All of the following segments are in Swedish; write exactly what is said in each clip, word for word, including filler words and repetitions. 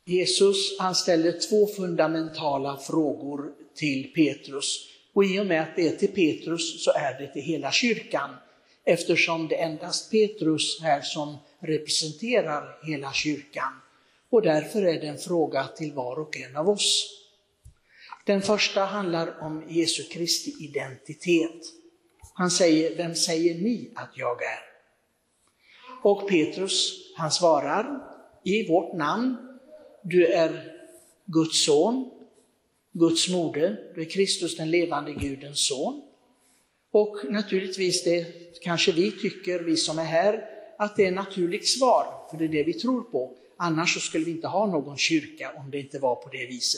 Jesus han ställer två fundamentala frågor till Petrus. Och i och med att det är till Petrus så är det till hela kyrkan. Eftersom det är endast Petrus här som representerar hela kyrkan. Och därför är det en fråga till var och en av oss. Den första handlar om Jesu Kristi identitet. Han säger, vem säger ni att jag är? Och Petrus, han svarar, i vårt namn, du är Guds son, Guds moder, du är Kristus den levande Gudens son. Och naturligtvis det kanske vi tycker, vi som är här, att det är ett naturligt svar, för det är det vi tror på. Annars så skulle vi inte ha någon kyrka om det inte var på det viset.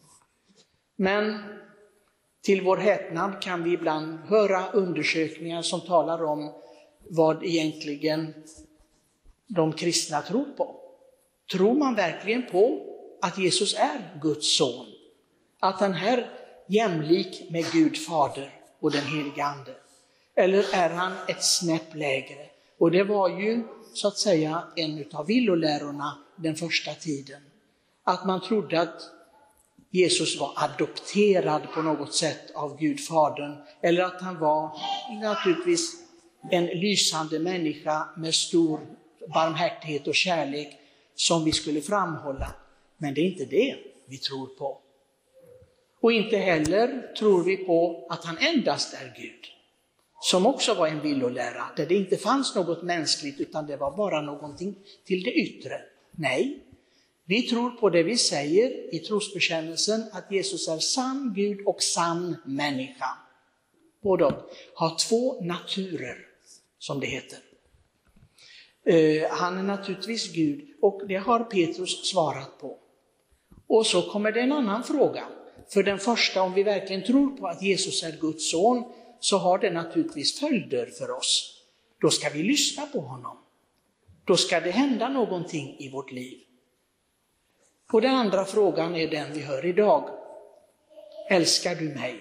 Men till vår häpnad kan vi ibland höra undersökningar som talar om vad egentligen de kristna tror på. Tror man verkligen på att Jesus är Guds son? Att han är jämlik med Gud fader och den helige ande? Eller är han ett snäpp lägre? Och det var ju så att säga en av villolärorna den första tiden. Att man trodde att Jesus var adopterad på något sätt av Gud fadern. Eller att han var naturligtvis en lysande människa med stor barmhärtighet och kärlek som vi skulle framhålla. Men det är inte det vi tror på. Och inte heller tror vi på att han endast är Gud. Som också var en villolära, där det inte fanns något mänskligt utan det var bara någonting till det yttre. Nej, vi tror på det vi säger i trosbekännelsen, att Jesus är sann Gud och sann människa. Båda har två naturer, som det heter. Uh, han är naturligtvis Gud, och det har Petrus svarat på. Och så kommer det en annan fråga. För den första, om vi verkligen tror på att Jesus är Guds son, så har det naturligtvis följder för oss. Då ska vi lyssna på honom. Då ska det hända någonting i vårt liv. Och den andra frågan är den vi hör idag. Älskar du mig?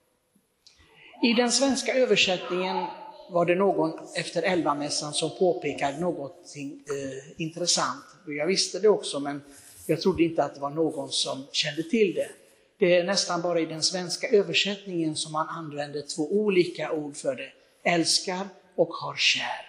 I den svenska översättningen var det någon efter elvamässan som påpekade någonting eh, intressant. Och jag visste det också, men jag trodde inte att det var någon som kände till det. Det är nästan bara i den svenska översättningen som man använder två olika ord för det. Älskar och har kär.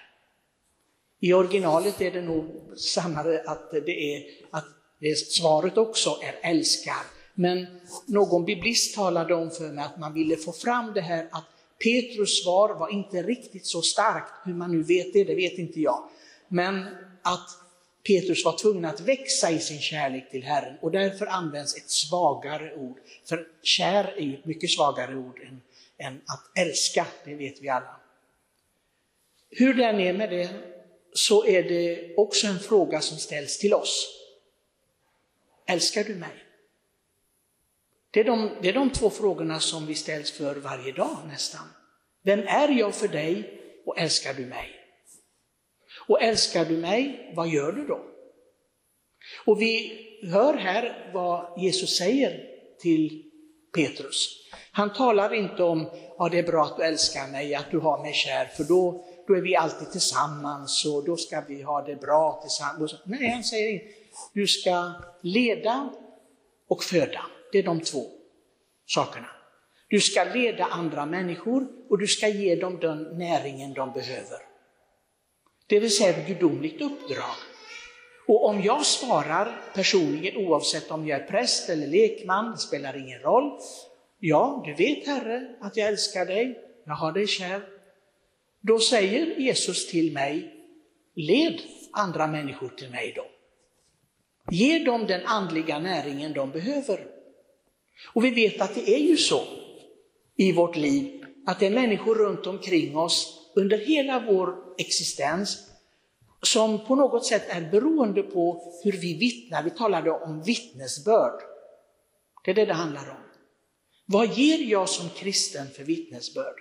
I originalet är det nog sannare att det är att det svaret också är älskar. Men någon biblist talade om för mig att man ville få fram det här att Petrus svar var inte riktigt så starkt. Hur man nu vet det, det vet inte jag. Men att Petrus var tvungen att växa i sin kärlek till Herren. Och därför används ett svagare ord. För kär är ju ett mycket svagare ord än, än att älska, det vet vi alla. Hur den är med det, så är det också en fråga som ställs till oss. Älskar du mig? Det är de, det är de två frågorna som vi ställs för varje dag nästan. Vem är jag för dig och älskar du mig? Och älskar du mig, vad gör du då? Och vi hör här vad Jesus säger till Petrus. Han talar inte om, ja det är bra att du älskar mig, att du har mig kär, för då, då är vi alltid tillsammans och då ska vi ha det bra tillsammans. Nej, han säger, du ska leda och föda. Det är de två sakerna. Du ska leda andra människor och du ska ge dem den näringen de behöver. Det vill säga ett gudomligt uppdrag. Och om jag svarar personligen, oavsett om jag är präst eller lekman, det spelar ingen roll. Ja, du vet Herre att jag älskar dig, jag har dig kär. Då säger Jesus till mig, led andra människor till mig då. Ge dem den andliga näringen de behöver. Och vi vet att det är ju så i vårt liv, att det är människor runt omkring oss under hela vår existens som på något sätt är beroende på hur vi vittnar. Vi talade om vittnesbörd. Det är det det handlar om. Vad ger jag som kristen för vittnesbörd?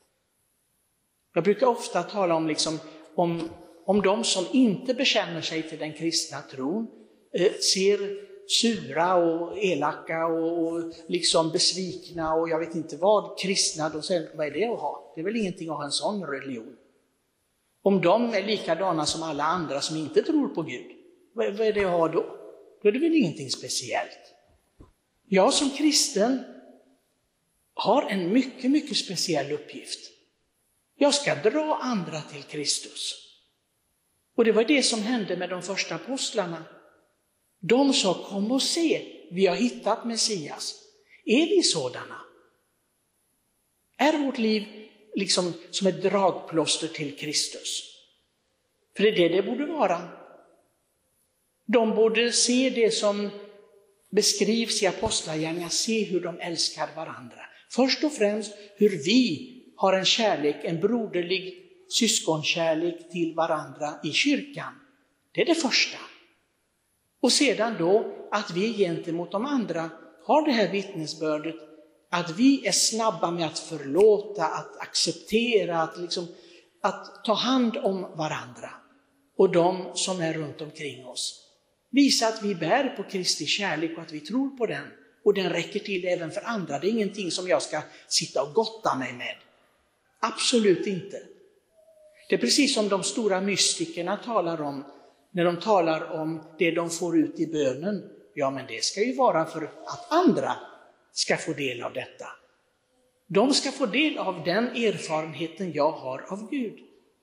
Jag brukar ofta tala om, liksom, om, om de som inte bekänner sig till den kristna tron, eh, ser sura och elaka och, och liksom besvikna och jag vet inte vad kristna, de säger, vad är det att ha? Det är väl ingenting att ha en sån religion. Om de är likadana som alla andra som inte tror på Gud, vad, vad är det att ha då? då är det väl ingenting speciellt. Jag som kristen har en mycket, mycket speciell uppgift. Jag ska dra andra till Kristus. Och det var det som hände med de första apostlarna. De sa, kom och se, vi har hittat Messias. Är vi sådana? Är vårt liv liksom som ett dragplåster till Kristus? För det är det det borde vara. De borde se det som beskrivs i apostlagärningarna, se hur de älskar varandra. Först och främst hur vi har en kärlek, en broderlig syskonkärlek till varandra i kyrkan. Det är det första. Och sedan då att vi gentemot de andra har det här vittnesbördet att vi är snabba med att förlåta, att acceptera, att, liksom, att ta hand om varandra och de som är runt omkring oss. Visa att vi bär på Kristi kärlek och att vi tror på den. Och den räcker till även för andra. Det är ingenting som jag ska sitta och gotta mig med. Absolut inte. Det är precis som de stora mystikerna talar om när de talar om det de får ut i bönen. Ja, men det ska ju vara för att andra ska få del av detta. De ska få del av den erfarenheten jag har av Gud.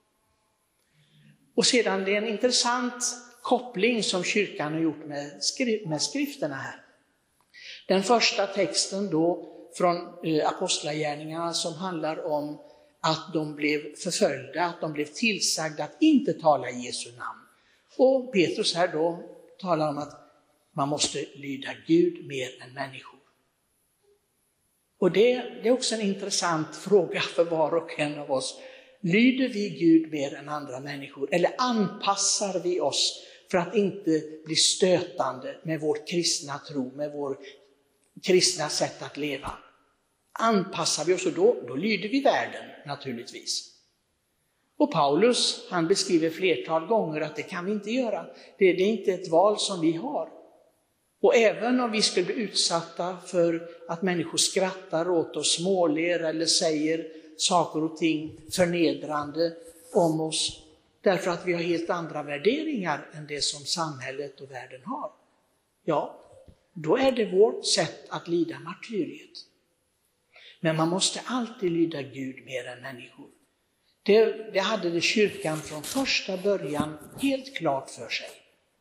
Och sedan det är en intressant koppling som kyrkan har gjort med, skri- med skrifterna här. Den första texten då från eh, apostlagärningarna som handlar om att de blev förföljda, att de blev tillsagda att inte tala i Jesu namn. Och Petrus här då talar om att man måste lyda Gud mer än människor. Och det, det är också en intressant fråga för var och en av oss. Lyder vi Gud mer än andra människor? Eller anpassar vi oss för att inte bli stötande med vår kristna tro, med vår kristna sätt att leva? Anpassar vi oss och då, då lyder vi världen naturligtvis. Och Paulus, han beskriver flertal gånger att det kan vi inte göra. Det, det är inte ett val som vi har. Och även om vi skulle bli utsatta för att människor skrattar åt oss, småler eller säger saker och ting förnedrande om oss, därför att vi har helt andra värderingar än det som samhället och världen har. Ja, då är det vårt sätt att lida martyriet. Men man måste alltid lyda Gud mer än människor. Det, det hade det kyrkan från första början helt klart för sig.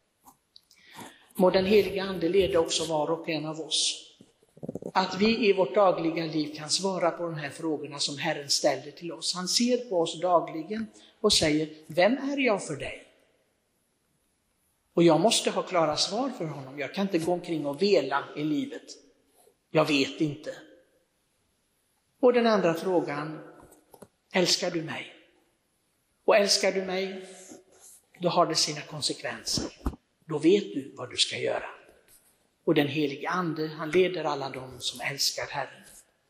Må den heliga ande leda också var och en av oss. Att vi i vårt dagliga liv kan svara på de här frågorna som Herren ställer till oss. Han ser på oss dagligen och säger, vem är jag för dig? Och jag måste ha klara svar för honom. Jag kan inte gå omkring och vela i livet. Jag vet inte. Och den andra frågan, älskar du mig? Och älskar du mig, då har det sina konsekvenser. Då vet du vad du ska göra. Och den helige ande, han leder alla de som älskar Herren.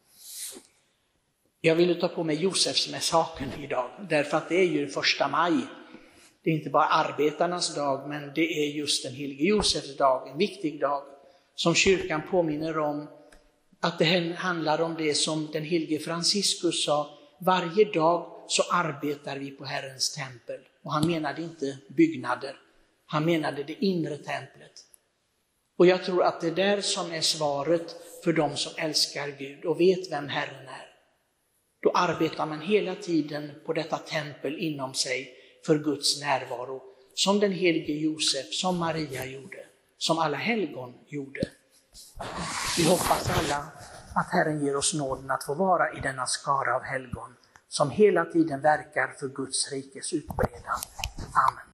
Jag vill ta på mig Josefsmässaken idag, därför att det är ju första maj. Det är inte bara arbetarnas dag, men det är just den helige Josefs dag, en viktig dag, som kyrkan påminner om att det handlar om det som den helige Franciscus sa, varje dag så arbetar vi på Herrens tempel. Och han menade inte byggnader, han menade det inre templet. Och jag tror att det är där som är svaret för de som älskar Gud och vet vem Herren är. Då arbetar man hela tiden på detta tempel inom sig för Guds närvaro. Som den helige Josef, som Maria gjorde, som alla helgon gjorde. Vi hoppas alla att Herren ger oss nåden att få vara i denna skara av helgon som hela tiden verkar för Guds rikes utbredande. Amen.